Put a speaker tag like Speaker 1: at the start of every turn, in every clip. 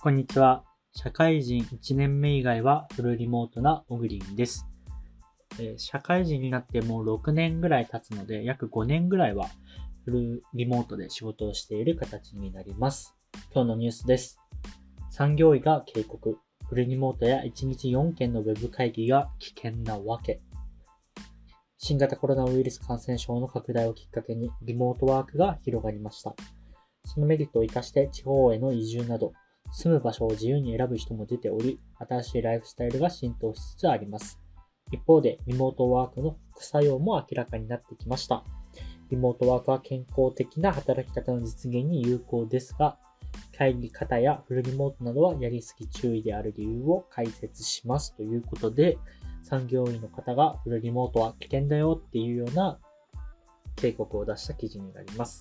Speaker 1: こんにちは。社会人1年目以外はフルリモートなオグリンです。社会人になってもう6年ぐらい経つので、約5年ぐらいはフルリモートで仕事をしている形になります。今日のニュースです。産業医が警告。フルリモートや1日4件のウェブ会議が危険なわけ。新型コロナウイルス感染症の拡大をきっかけにリモートワークが広がりました。そのメリットを生かして地方への移住など、住む場所を自由に選ぶ人も出ており、新しいライフスタイルが浸透しつつあります。一方で、リモートワークの副作用も明らかになってきました。リモートワークは健康的な働き方の実現に有効ですが、会議方やフルリモートなどはやりすぎ注意である理由を解説しますということで、産業医の方がフルリモートは危険だよっていうような警告を出した記事になります。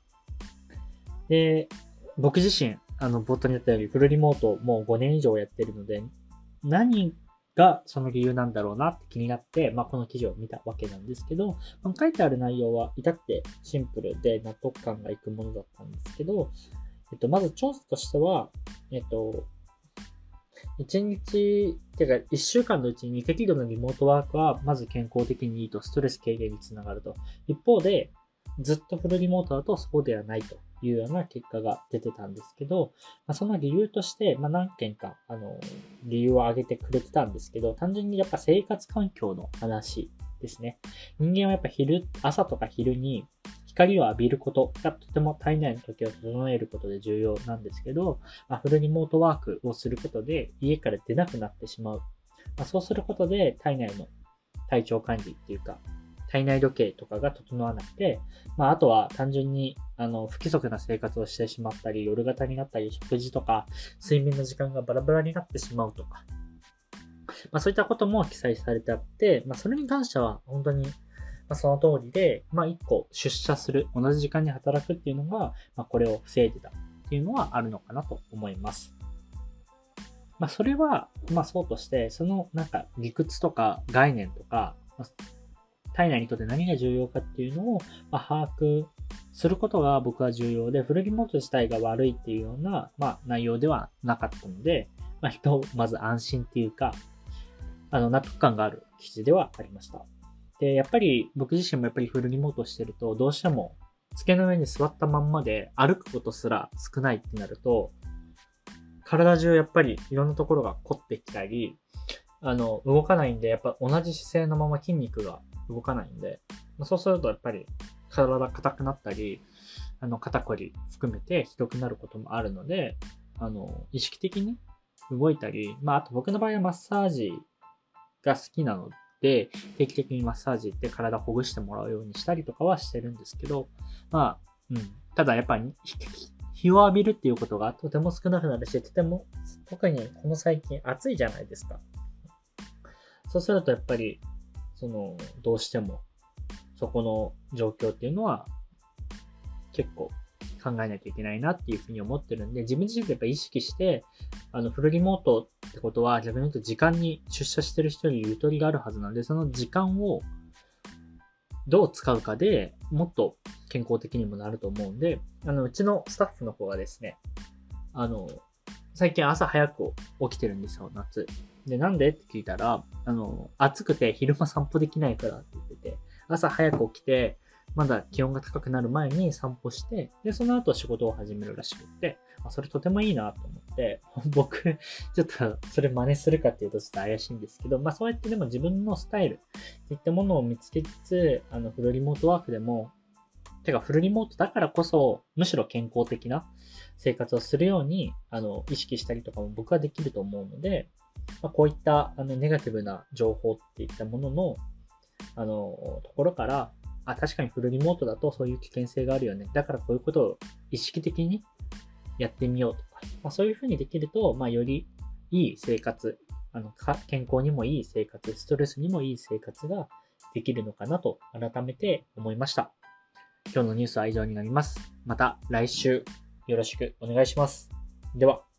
Speaker 1: で、僕自身、冒頭に言ったようにフルリモートもう5年以上やってるので、何がその理由なんだろうなって気になって、この記事を見たわけなんですけど、書いてある内容は至ってシンプルで納得感がいくものだったんですけど、まず調査としては、1日、1週間のうちに適度なリモートワークはまず健康的にいいと、ストレス軽減につながると。一方で、ずっとフルリモートだとそうではないというような結果が出てたんですけど、その理由として、何件か、理由を挙げてくれてたんですけど、単純にやっぱ生活環境の話ですね。人間はやっぱ朝とか昼に光を浴びることがとても体内の時を整えることで重要なんですけど、フルリモートワークをすることで家から出なくなってしまう。そうすることで体内の体調管理っていうか、体内時計とかが整わなくて、あとは単純に不規則な生活をしてしまったり、夜型になったり、食事とか睡眠の時間がバラバラになってしまうとか、そういったことも記載されてあって、それに関しては本当にその通りで、一個出社する、同じ時間に働くっていうのが、これを防いでたっていうのはあるのかなと思います。それは、そうとして、その理屈とか概念とか、体内にとって何が重要かっていうのを、把握することが僕は重要で、フルリモート自体が悪いっていうような、内容ではなかったので、人をまず安心っていうか、納得感がある記事ではありました。で、やっぱり僕自身もフルリモートしてると、どうしても机の上に座ったまんまで歩くことすら少ないってなると、体中やっぱりいろんなところが凝ってきたり、動かないんで、やっぱ同じ姿勢のまま筋肉が動かないんで、そうするとやっぱり体硬くなったり、肩こり含めてひどくなることもあるので、意識的に動いたり、あと僕の場合はマッサージが好きなので、定期的にマッサージ行って体をほぐしてもらうようにしたりとかはしてるんですけど、ただやっぱり日を浴びるっていうことがとても少なくなるし、特にこの最近暑いじゃないですか。そうするとやっぱり、どうしても、そこの状況っていうのは、結構考えなきゃいけないなっていうふうに思ってるんで、自分自身でやっぱ意識して、フルリモートってことは、逆に言うと時間に出社してる人にゆとりがあるはずなんで、その時間をどう使うかでもっと健康的にもなると思うんで、うちのスタッフの方がですね、最近朝早く起きてるんですよ、夏。で、なんでって聞いたら、暑くて昼間散歩できないからって言ってて、朝早く起きて、まだ気温が高くなる前に散歩して、で、その後仕事を始めるらしくって、それとてもいいなと思って、僕、ちょっとそれ真似するかっていうとちょっと怪しいんですけど、そうやってでも自分のスタイルっていったものを見つけつつ、フルリモートワークでも、フルリモートだからこそ、むしろ健康的な生活をするように、意識したりとかも僕はできると思うので、こういった、ネガティブな情報っていったものの、ところから、確かにフルリモートだとそういう危険性があるよね。だからこういうことを意識的にやってみようとか、そういうふうにできると、よりいい生活、健康にもいい生活、ストレスにもいい生活ができるのかなと改めて思いました。今日のニュースは以上になります。また来週よろしくお願いします。では。